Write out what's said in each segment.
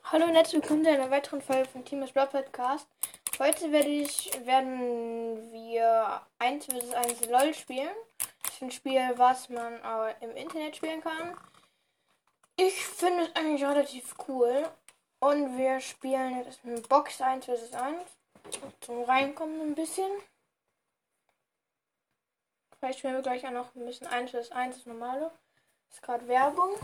Hallo und herzlich willkommen zu einer weiteren Folge von Team Blood Podcast. Heute werden wir 1 vs 1 LOL spielen. Das ist ein Spiel, was man im Internet spielen kann. Ich finde es eigentlich relativ cool. Und wir spielen jetzt eine Box 1 vs 1. Zum Reinkommen ein bisschen. Vielleicht spielen wir gleich auch noch ein bisschen 1 vs 1, das normale. Das ist gerade Werbung.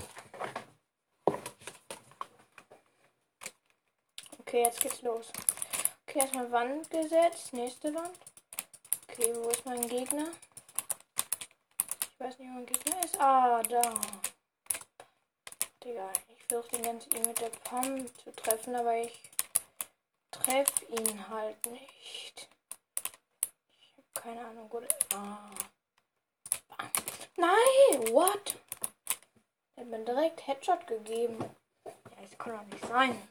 Okay, jetzt geht's los. Okay, erstmal Wand gesetzt. Nächste Wand. Okay, wo ist mein Gegner? Ich weiß nicht, wo mein Gegner ist. Ah, da. Digga, ich versuche den ganzen mit der Pam zu treffen, aber ich treffe ihn halt nicht. Ich habe keine Ahnung, wo der... Ah. Nein, what? Der hat mir direkt Headshot gegeben. Ja, das kann doch nicht sein.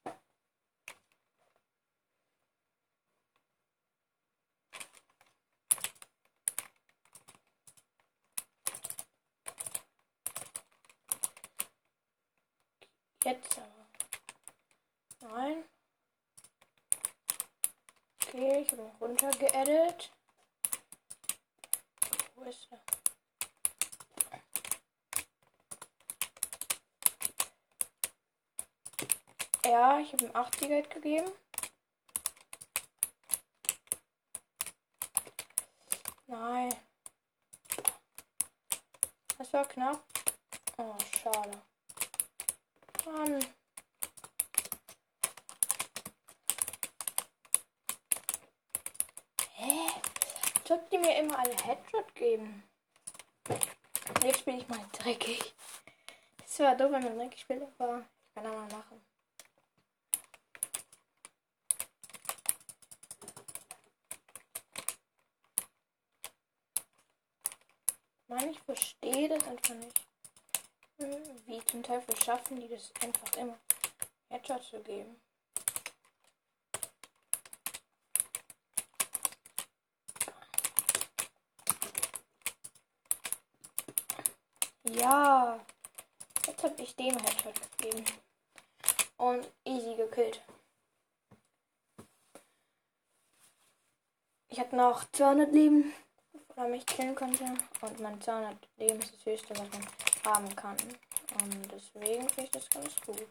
Jetzt aber. Nein. Okay, ich habe ihn runtergeedit. Wo ist er? Ja, ich habe ihm 80er gegeben. Nein. Das war knapp. Oh, schade. Mann. Hä? Sollt ihr mir immer alle Headshot geben? Jetzt bin ich mal dreckig. Es war doof, wenn man dreckig spielt, aber ich kann auch mal machen. Mann, ich verstehe das einfach nicht. Wie zum Teufel schaffen die das einfach immer Headshot zu geben? Ja, jetzt habe ich dem Headshot gegeben. Und easy gekillt. Ich hatte noch 200 Leben, bevor er mich killen konnte. Und mein 200 Leben ist das höchste, was man haben kann. Und deswegen finde ich das ganz gut.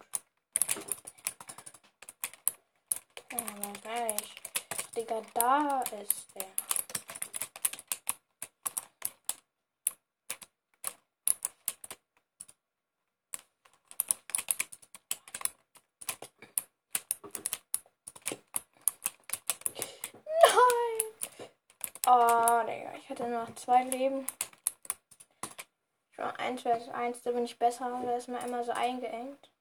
Aber gleich. Digga, da ist der. Oh, Digga, ich hatte noch 2 Leben. Ich war 1 vs 1, da bin ich besser, da ist man immer so eingeengt.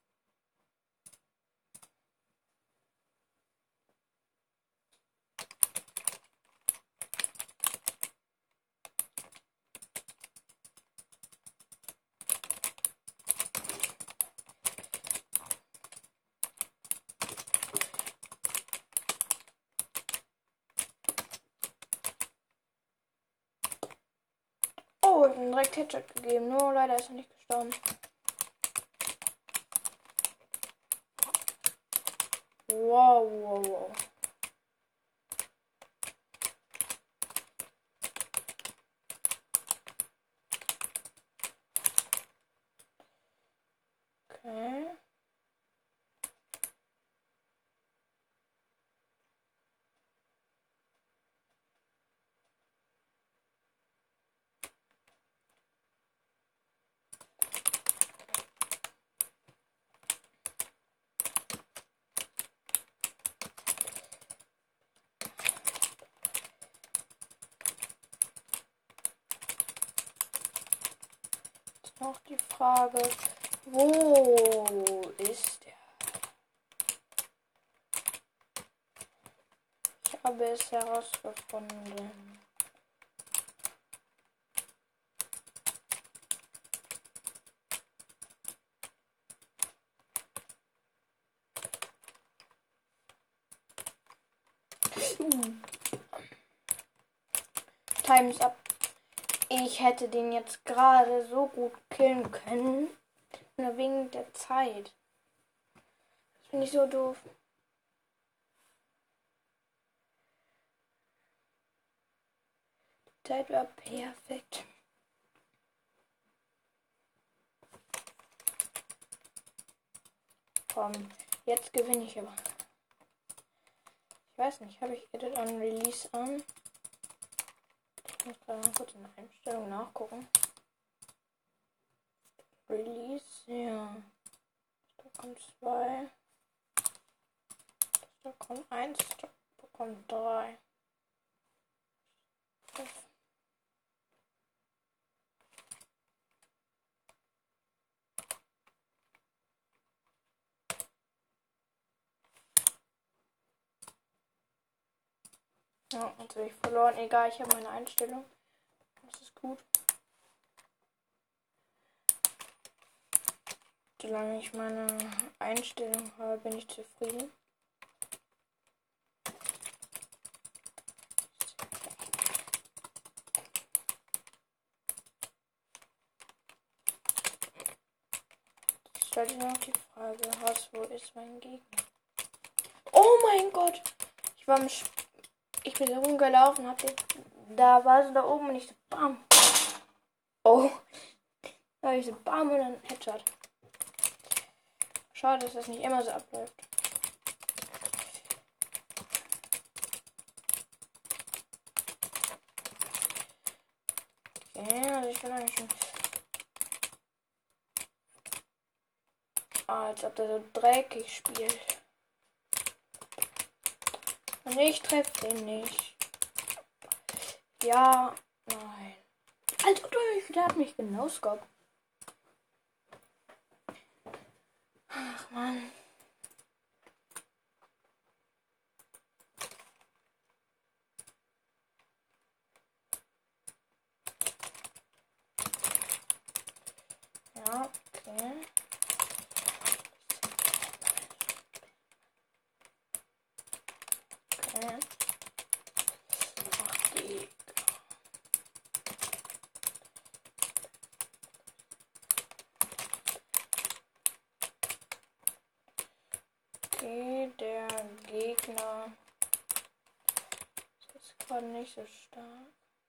Oh, ich habe ihm direkt Headshot gegeben, nur leider ist er nicht gestorben. Wow, wow, wow. Okay. Jetzt noch die Frage, wo ist er? Ich habe es herausgefunden. Time's up. Ich hätte den jetzt gerade so gut killen können. Nur wegen der Zeit. Bin ich so doof. Die Zeit war perfekt. Komm, jetzt gewinne ich aber. Ich weiß nicht, habe ich Edit on Release an? Ich muss gerade mal kurz in der Einstellung nachgucken. Release, ja. Da kommt 2. Da kommt 1. Da kommt 3. Ja, jetzt habe ich verloren. Egal, ich habe meine Einstellung. Das ist gut. Solange ich meine Einstellung habe, bin ich zufrieden. Jetzt stellt sich noch die Frage, wo ist mein Gegner? Oh mein Gott! Ich bin rumgelaufen, da war sie da oben und ich so bam. Oh. Da habe ich so bam und dann Headshot. Schade, dass das nicht immer so abläuft. Okay, also ich bin eigentlich schon. Als ob der so dreckig spielt. Und ich treffe den nicht. Ja, nein. Als ob der hat mich genosscoped. Ach man. Ja, okay. Okay. Ach, die. Okay, der Gegner ist jetzt gerade nicht so stark.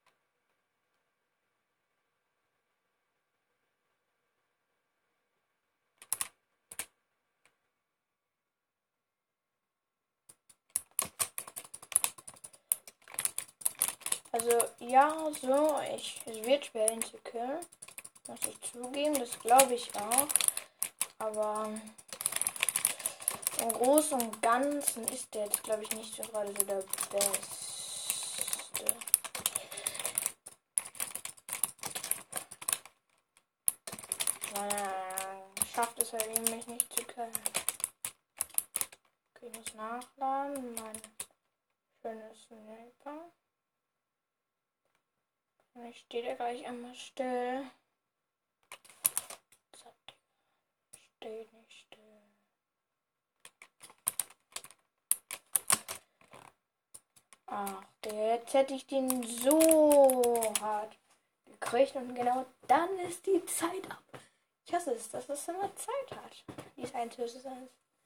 Also, ja, so, es wird schwer, ihn zu killen. Muss ich zugeben, das glaube ich auch. Aber im Großen und Ganzen ist der jetzt, glaube ich, nicht so gerade so der Beste. Schafft es halt eben, mich nicht zu killen. Okay, ich muss nachladen. Mein schönes Sniper. Ich stehe da gleich einmal still. Steht nicht still. Ach, jetzt hätte ich den so hart gekriegt und genau dann ist die Zeit ab. Ich hasse es, dass es immer Zeit hat. Die ist 1 versus 1.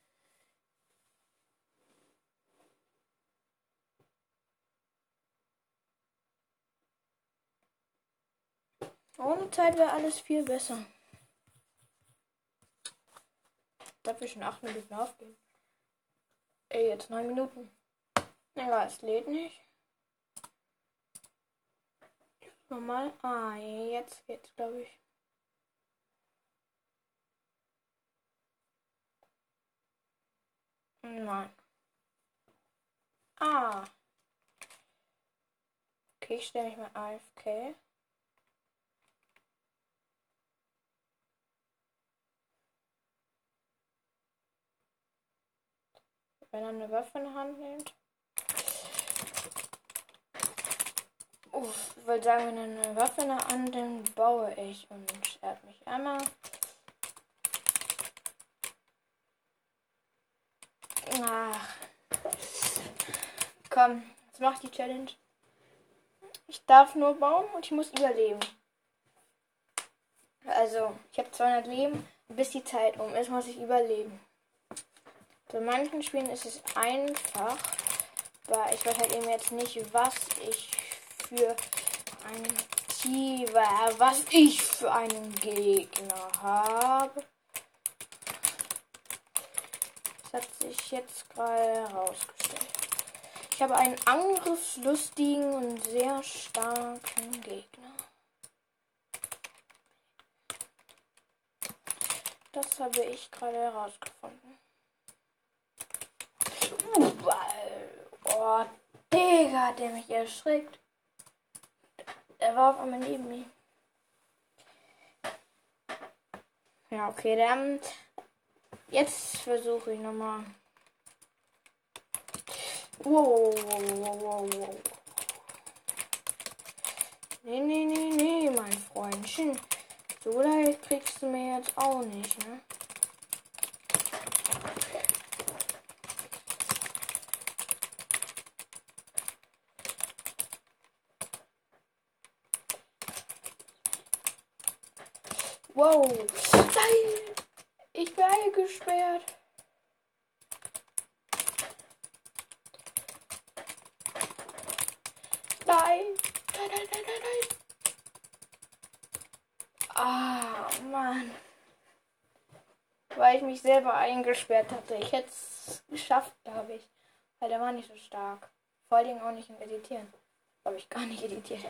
Ohne Zeit wäre alles viel besser. Dafür schon 8 Minuten aufgeben. Ey, jetzt 9 Minuten. Egal, es lädt nicht. Nochmal. Ah, jetzt geht's, glaube ich. Nein. Ah. Okay, ich stelle mich mal AFK. Wenn er eine Waffe in der Hand nimmt. Ich wollte sagen, wenn er eine Waffe in der Hand nimmt, baue ich und er hat mich einmal. Ach. Komm, jetzt mach ich die Challenge. Ich darf nur bauen und ich muss überleben. Also, ich habe 200 Leben, bis die Zeit um ist, muss ich überleben. Bei manchen Spielen ist es einfach, aber ich weiß halt eben jetzt nicht, was ich für einen Gegner habe. Das hat sich jetzt gerade herausgestellt. Ich habe einen angriffslustigen und sehr starken Gegner. Das habe ich gerade herausgefunden. Oh, Digga, der mich erschreckt. Der war auf einmal neben mir. Ja, okay, dann jetzt versuche ich nochmal. Wow. Nee, mein Freundchen. So leicht kriegst du mir jetzt auch nicht, ne? Wow. Nein! Ich bin eingesperrt. Nein. Ah, Mann. Weil ich mich selber eingesperrt hatte. Ich hätte es geschafft, glaube ich. Weil der war nicht so stark. Vor allen Dingen auch nicht im Editieren. Habe ich gar nicht editiert.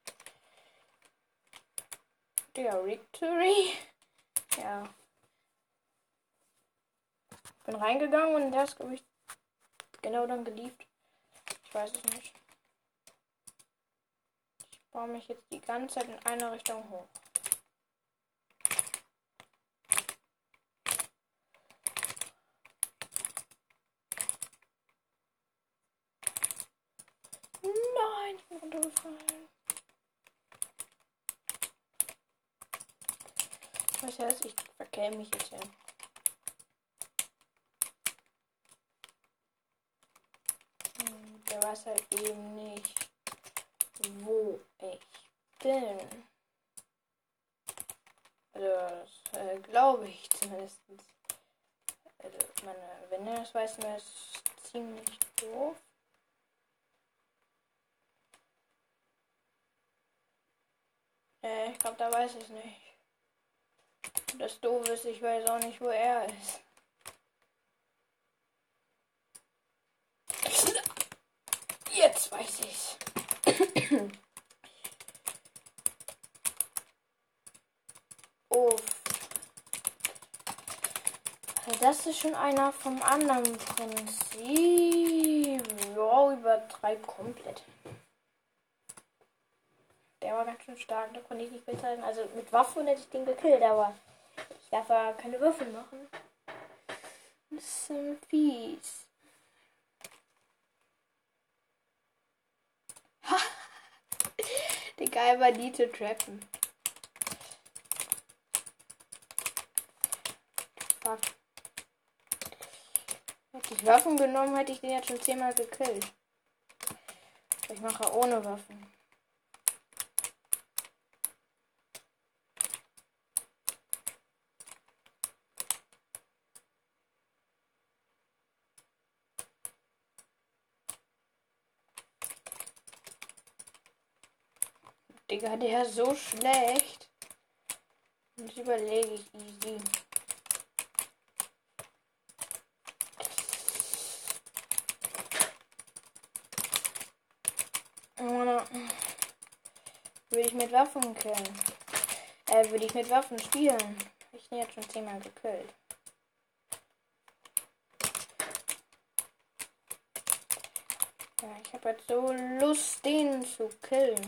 Der Victory. Ja. Bin reingegangen und der ist, glaube ich, genau dann geliefert. Ich weiß es nicht. Ich baue mich jetzt die ganze Zeit in eine Richtung hoch. Nein, ich bin runtergefallen. Was heißt, ich verkäme mich jetzt ja. Der weiß halt eben nicht, wo ich bin. Also, das glaube ich zumindest. Also, wenn er das weiß, dann ist es ziemlich doof. Ich glaube, da weiß ich nicht. Das Doofe ist, ich weiß auch nicht, wo er ist. Jetzt weiß ich's. Uff. Das ist schon einer vom anderen Prinzip. Ja, übertreib komplett. Der war ganz schön stark, da konnte ich nicht bezahlen. Also mit Waffen hätte ich den gekillt, aber ich darf ja keine Würfel machen. Das ist fies. Der Geil war die zu trappen. Fuck. Hätte ich Waffen genommen, hätte ich den jetzt schon 10-mal gekillt. Ich mache ohne Waffen. Digga, der ist so schlecht. Und das überlege ich easy. Würde ich mit Waffen killen. Würde ich mit Waffen spielen. Ich bin jetzt schon 10-mal gekillt. Ja, ich habe jetzt so Lust, den zu killen.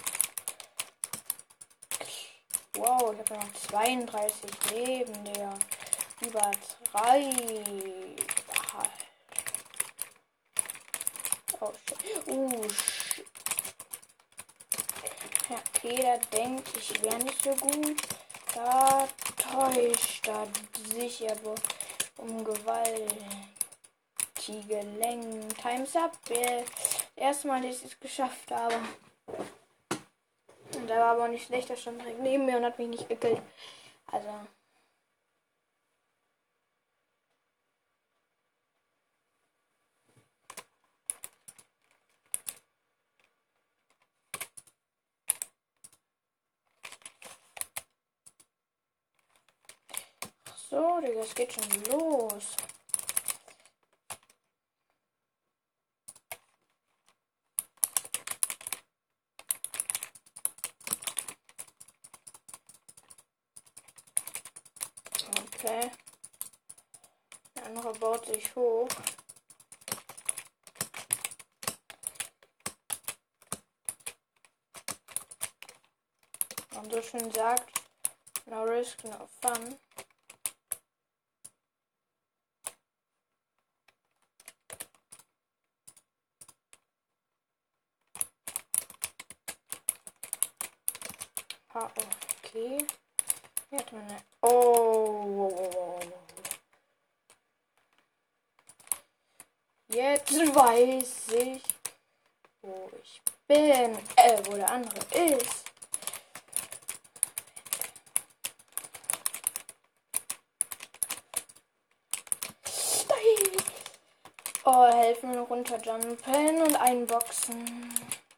Wow, ich habe noch 32 Leben, der übertreibt. Oh shit. Shit. Ja, okay, der denkt, ich wäre nicht so gut. Da täuscht er sich aber um gewaltige Längen. Time's up. Erstmal, dass ich es geschafft habe. Und der war aber nicht schlecht, der stand direkt neben mir und hat mich nicht gekillt. Also. So, Digga, es geht schon los. Okay. Der andere baut sich hoch. Und so schön sagt, no risk, no fun. Ah, okay. Hier hat man eine... Oh. Jetzt weiß ich, wo ich bin. Wo der andere ist. Oh, helfen, runterjumpen und einboxen.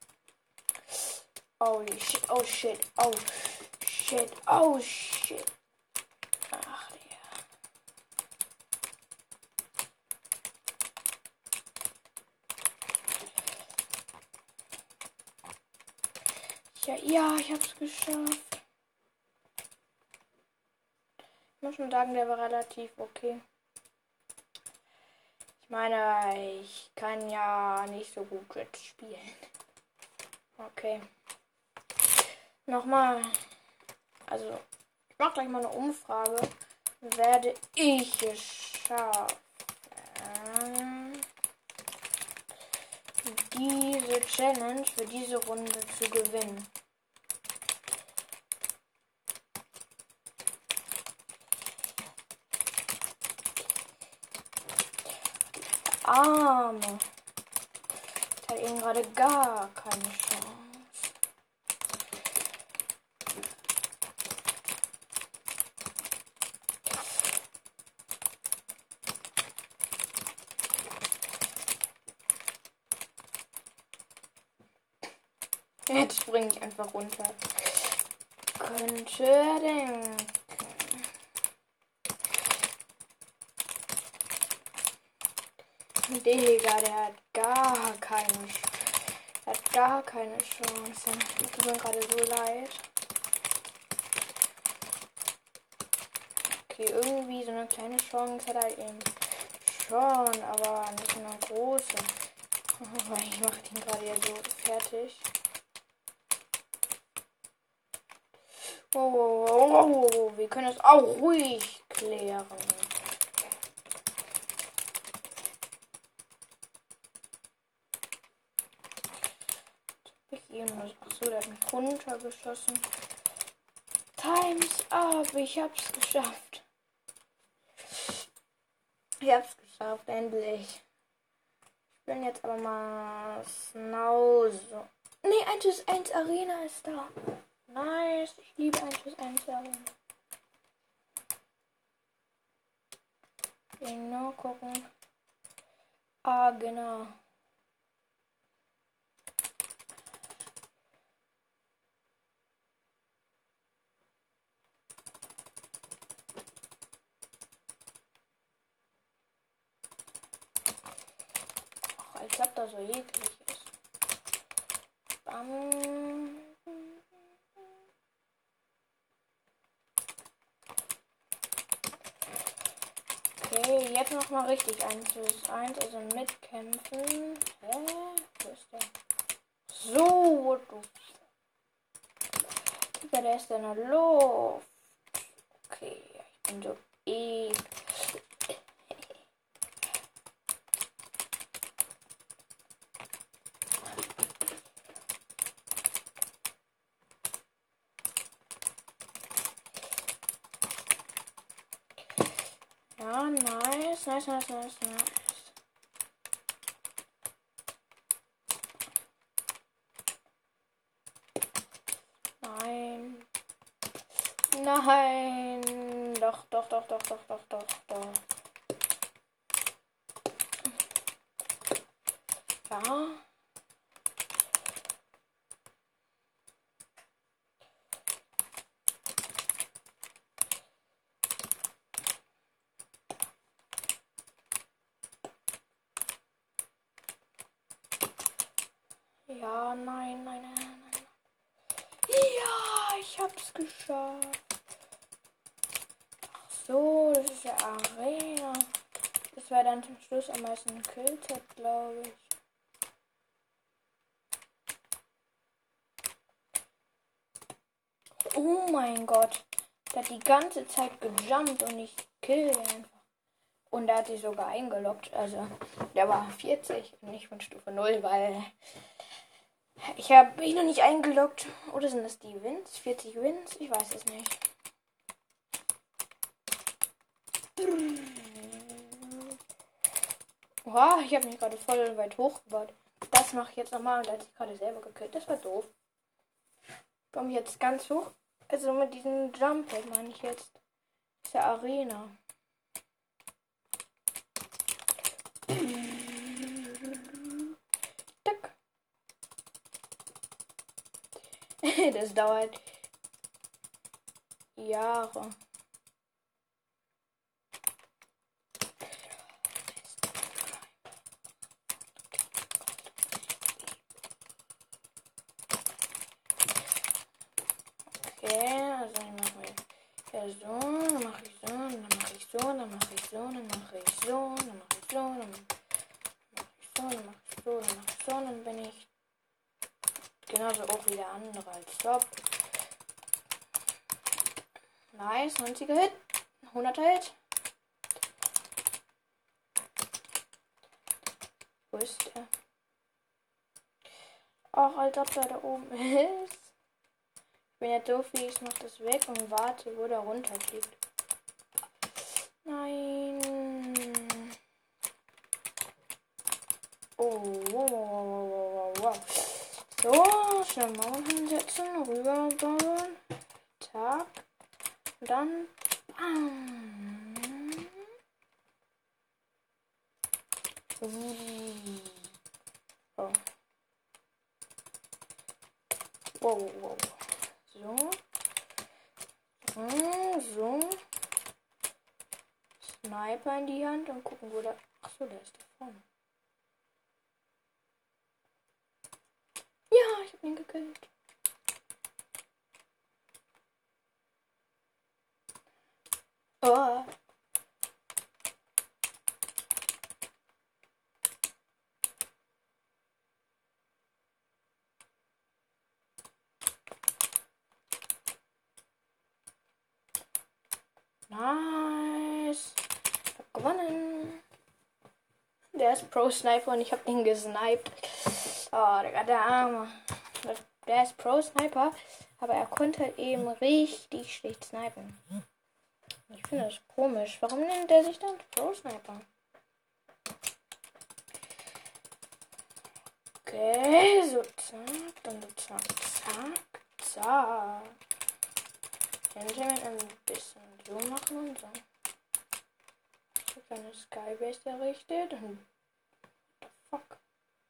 Holy shit, oh shit, oh shit, oh shit. Ach ja. Ja, ich hab's geschafft. Ich muss schon sagen, der war relativ okay. Ich meine, ich kann ja nicht so gut jetzt spielen. Okay. Nochmal. Also, ich mache gleich mal eine Umfrage. Werde ich es schaffen, diese Challenge für diese Runde zu gewinnen? Arme. Ich hatte eben gerade gar keine Chance. Jetzt springe ich einfach runter. Könnte denken. Digga, der hat gar keine Chance. Das tut mir gerade so leid. Okay, irgendwie so eine kleine Chance hat er eben schon, aber nicht so eine große. Aber ich mache den gerade ja so fertig. Oh, wir können das auch ruhig klären. Achso, der hat mich runtergeschossen. Time's up, ich hab's geschafft. Ich hab's geschafft, endlich. Ich bin jetzt aber mal Snauze. Nee, 1-1 Arena ist da. Nice, ich liebe 1-1 Arena. Genau gucken. Ah, genau. Ach, als ob das so eklig ist. Bam. Okay, jetzt noch mal richtig 1-1, also mitkämpfen. Hä? Wo ist der? So, what the... Der ist in der Luft. Okay, ich bin so ja, nice. Nein. Doch. Ja. Ja, nein, nein, nein, nein, nein. Ja, ich hab's geschafft. Ach so, das ist ja Arena. Das wäre dann zum Schluss am meisten Kills hat, glaube ich. Oh mein Gott. Der hat die ganze Zeit gejumpt und ich kill einfach. Und er hat sich sogar eingeloggt. Also, der war 40 und nicht von Stufe 0, weil ich habe mich noch nicht eingeloggt. Oder sind das die Wins? 40 Wins? Ich weiß es nicht. Oha, ich habe mich gerade voll weit hochgebaut. Das mache ich jetzt nochmal und da hat sich gerade selber gekillt. Das war doof. Ich komme jetzt ganz hoch. Also mit diesem Jump meine ich jetzt. Das ist ja Arena. Tack. Das dauert Jahre. Okay, also ich mache ja so, dann mache ich so, dann mache ich so, dann mache ich so, dann mache ich so, dann mache ich so, dann mache ich so, dann mache ich so, dann mache ich so, dann bin ich genauso hoch wie der andere als Top. Nice, 90er Hit, 100er Hit. Wo ist der? Auch als ob er da oben ist. Ich bin jetzt so viel, ich mache das weg und warte, wo der runterfliegt. Nein. Oh, wow, wow, wow, wow, wow. So, schnell Mauern hinsetzen, rüberbauen. Zack. Und dann. Oh. Wow, wow. So. So. Sniper in die Hand und gucken, wo der. Achso, der ist da vorne. Ja, ich hab ihn gekillt. Oh. Nice. Ich hab gewonnen. Der ist Pro-Sniper und ich hab ihn gesniped. Oh, der Arme. Der ist Pro-Sniper, aber er konnte halt eben richtig schlecht snipen. Ich finde das komisch. Warum nennt er sich dann Pro-Sniper? Okay, so zack, dann so zack, zack, zack. Dann können wir ein bisschen so machen und so. Ich habe eine Skybase errichtet und what the fuck?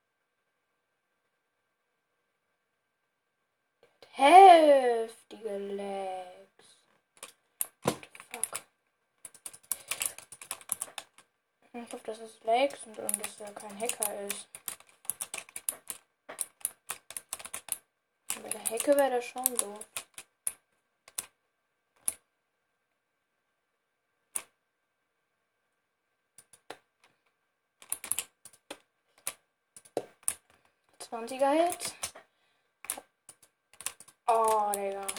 Heftige Lags. What the fuck? Ich hoffe, dass es Lags und dass er kein Hacker ist. Bei der Hecke wäre das schon doof. Hit. Oh, Digga.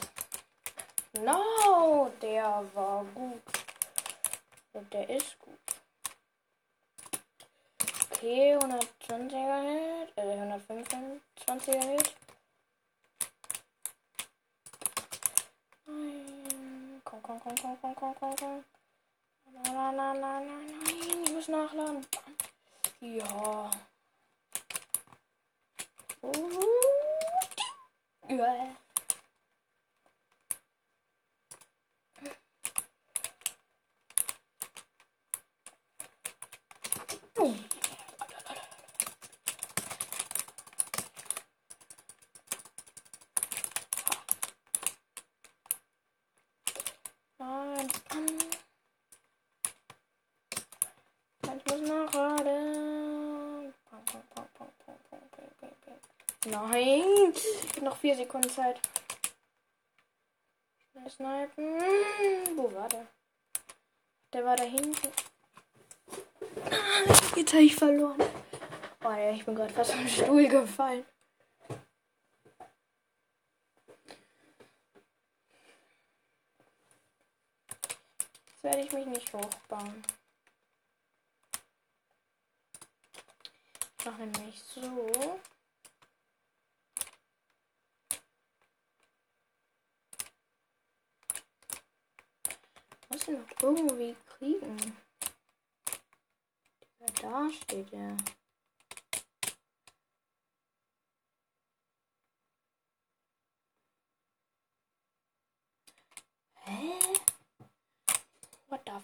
No, der war gut. Und der ist gut. Okay, 120er Hit. 125er Hit. Nein. Komm. Nein. Ich muss nachladen. Ja. Ja. Ich muss nachladen. Nein. Ich habe noch 4 Sekunden Zeit. Schnell snipen. Wo war der? Der war da hinten. Jetzt habe ich verloren. Oh ja, ich bin gerade fast vom Stuhl gefallen. Jetzt werde ich mich nicht hochbauen. Ich mache nämlich so. Muss ich noch irgendwie kriegen? Ja, da steht er. Hä? What the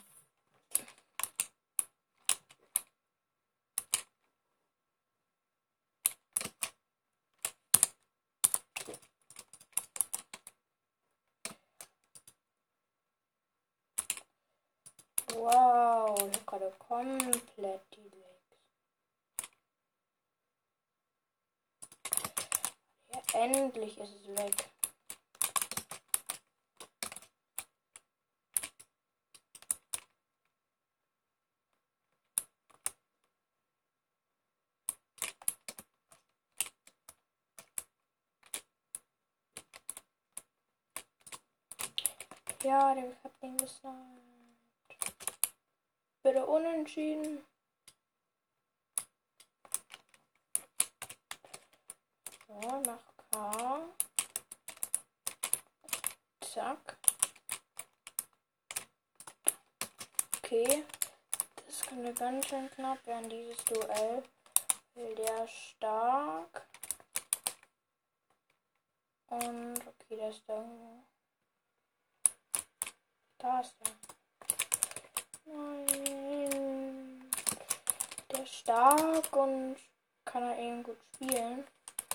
Wow, ich habe gerade komplett die Legs. Ja, endlich ist es weg. Ja, ich hab den gesagt. Bitte unentschieden. So, nach K. Zack. Okay. Das könnte ganz schön knapp werden, dieses Duell. Weil der stark. Und okay, der ist da irgendwo. Da ist er. Nein. Der ist stark und kann er eben gut spielen.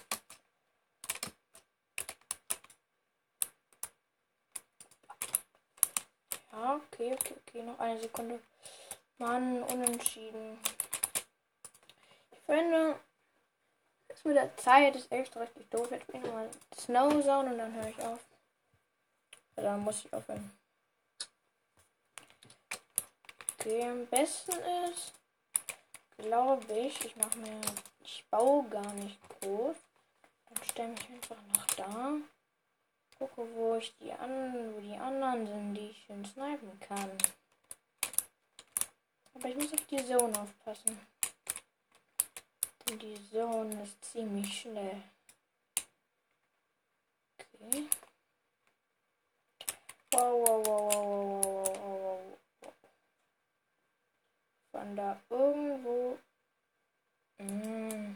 Ja, okay. Noch eine Sekunde. Mann, unentschieden. Ich finde, das mit der Zeit ist echt richtig doof. Jetzt bin ich mal Snow Zone und dann höre ich auf. Ja, dann muss ich aufhören. Okay, am besten ist, glaube ich baue gar nicht groß. Dann stelle ich einfach nach da. Gucke, wo die anderen sind, die ich schön snipen kann. Aber ich muss auf die Zone aufpassen. Denn die Zone ist ziemlich schnell. Okay. Wow. Von da irgendwo. Der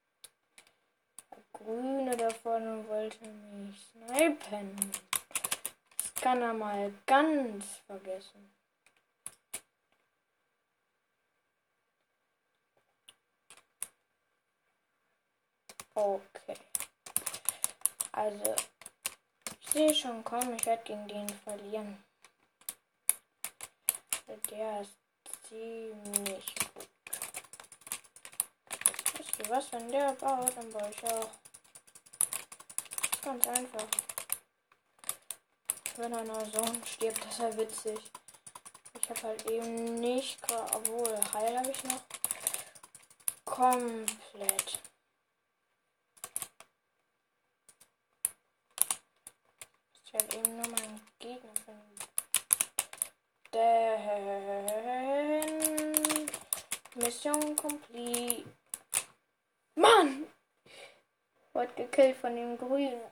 Grüne davon wollte mich snipen. Das kann er mal ganz vergessen. Okay. Also, ich sehe schon, komm, ich werde gegen den verlieren. Der ist ziemlich gut. Wisst ihr was, wenn der baut, dann baue ich auch. Das ist ganz einfach. Wenn einer so stirbt, das ist ja witzig. Ich habe halt eben nicht, obwohl Heil habe ich noch komplett. Ich halt eben nur meinen Gegner finden. Denn Mission complete. Mann! Wurde gekillt von dem Grünen.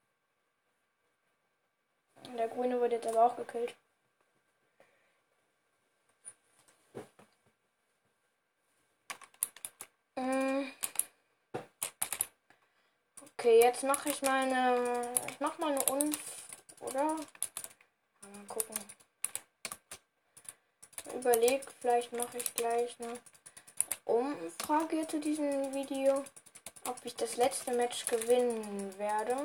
Der Grüne wurde jetzt aber auch gekillt. Okay, jetzt mache ich meine. Ich mache mal eine oder? Mal gucken. Überleg, vielleicht mache ich gleich eine Umfrage zu diesem Video, ob ich das letzte Match gewinnen werde.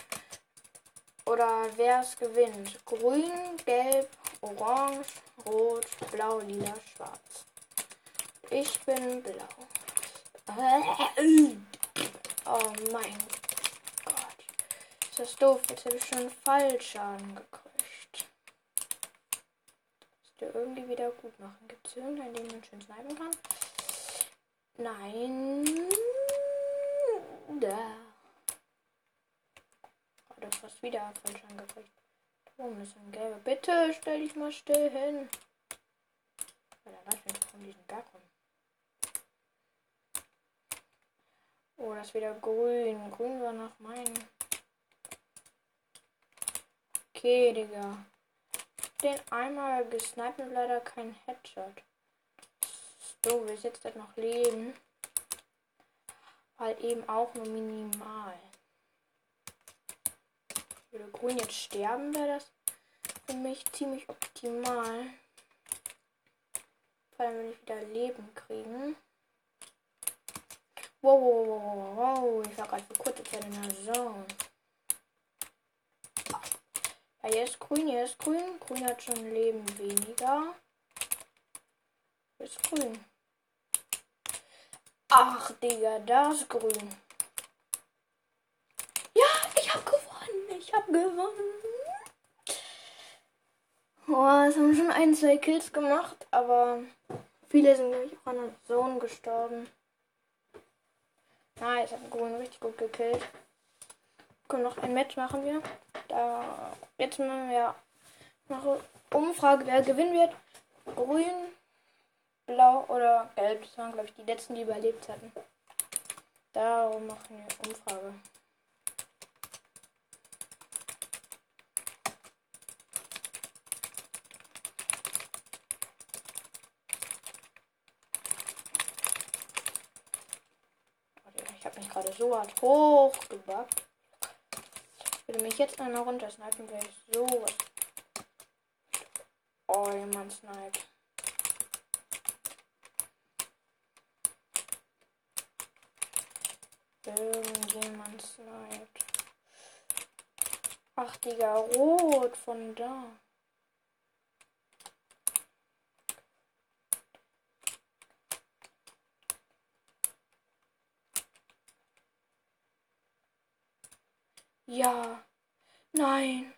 Oder wer es gewinnt. Grün, Gelb, Orange, Rot, Blau, Lila, Schwarz. Ich bin blau. Oh mein Gott. Ist das doof? Jetzt habe ich schon einen Fallschaden gekriegt. Musst du irgendwie wieder gut machen. Gibt es irgendeinen, den man schön snipen kann? Nein. Da. Oh, du hast fast wieder einen Fallschaden gekriegt. Warum ist ein gelber? Bitte stell dich mal still hin. Ja, der läuft nicht von diesem Berg rum. Oh, das ist wieder grün. Grün war noch mein. Okay, Digga. Den einmal gesniped und leider kein Headshot. So, wir jetzt das noch leben. Weil eben auch nur minimal. Würde grün jetzt sterben, wäre das für mich ziemlich optimal. Weil dann würde ich wieder Leben kriegen. Wow, wow, wow, wow, wow. Ich war gerade für kurze Zeit in der Zone. Ja, hier ist grün, hier ist grün. Grün hat schon Leben weniger. Hier ist grün. Ach, Digga, das ist grün. Ja, ich hab gewonnen. Ich hab gewonnen. Oh, es haben schon ein, zwei Kills gemacht, aber viele sind gleich auch an der Zone gestorben. Nice, ich hab grün richtig gut gekillt. Komm, noch ein Match machen wir. Jetzt machen wir noch Umfrage, wer gewinnen wird. Grün, blau oder gelb. Das waren, glaube ich, die letzten, die überlebt hatten. Darum machen wir Umfrage. Ich habe mich gerade so hart hochgebackt. Würde mich jetzt einer runter snipen, wäre ich sowas. Oh, jemand sniped. Irgendjemand sniped. Ach, Digga, rot von da. Ja. Nein.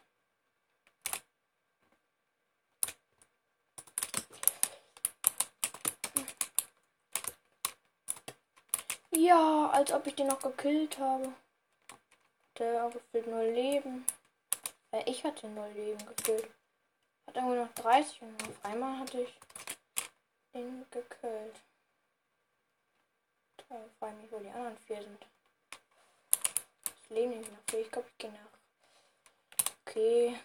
Ja, als ob ich den noch gekillt habe. Der gefühlt nur Leben. Ich hatte nur Leben gefühlt. Hat irgendwo noch 30 und auf einmal hatte ich den gekillt. Ich frage mich, wo die anderen 4 sind. Das Leben nicht noch 4. Ich glaube, ich gehe nach. Okay.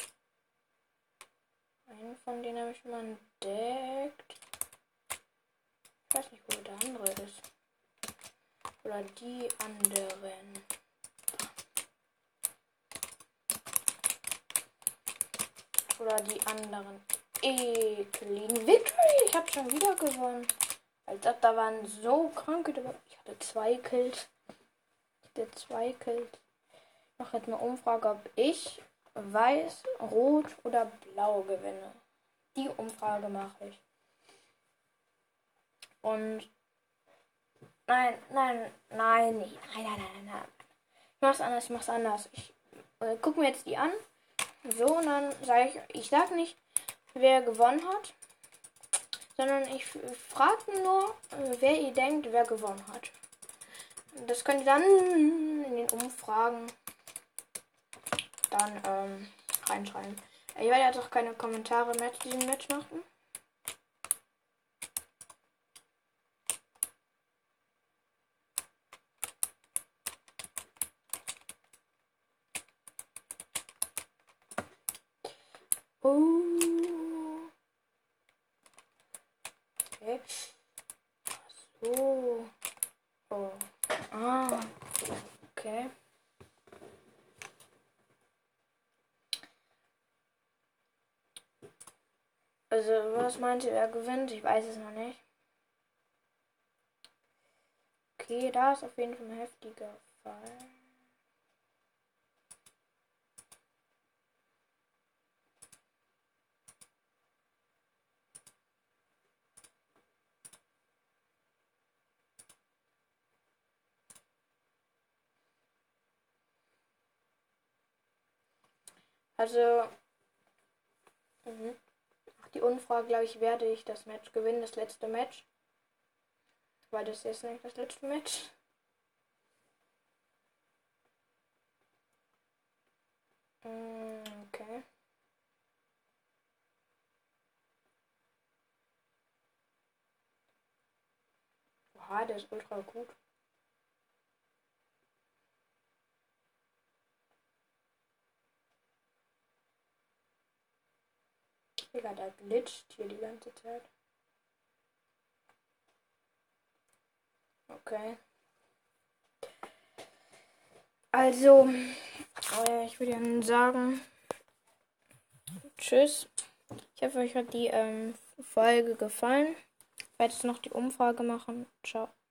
Einen von denen habe ich schon mal entdeckt. Ich weiß nicht, wo der andere ist. Oder die anderen. Oder die anderen ekligen. Victory! Ich habe schon wieder gewonnen. Als ob da waren so kranke dabei. Ich hatte 2 Kills. Ich mache jetzt eine Umfrage, ob ich weiß, rot oder blau gewinne. Die Umfrage mache ich. Und nein. Ich mach's anders. Ich gucke mir jetzt die an. So, und dann sage ich sag nicht, wer gewonnen hat, sondern ich frage nur, wer ihr denkt, wer gewonnen hat. Das könnt ihr dann in den Umfragen dann reinschreiben. Ich werde jetzt auch keine Kommentare mehr zu diesem Match machen. Okay. So. Oh. Ah. Okay. Also, was meint ihr, wer gewinnt? Ich weiß es noch nicht. Okay, da ist auf jeden Fall ein heftiger Fall. Also, nach die Umfrage, glaube ich, werde ich das Match gewinnen, das letzte Match. Weil das ist nicht das letzte Match. Okay. Oha, der ist ultra gut. Digga, der glitscht hier die ganze Zeit. Okay. Also, ich würde dann sagen, tschüss. Ich hoffe, euch hat die Folge gefallen. Ich werde jetzt noch die Umfrage machen. Ciao.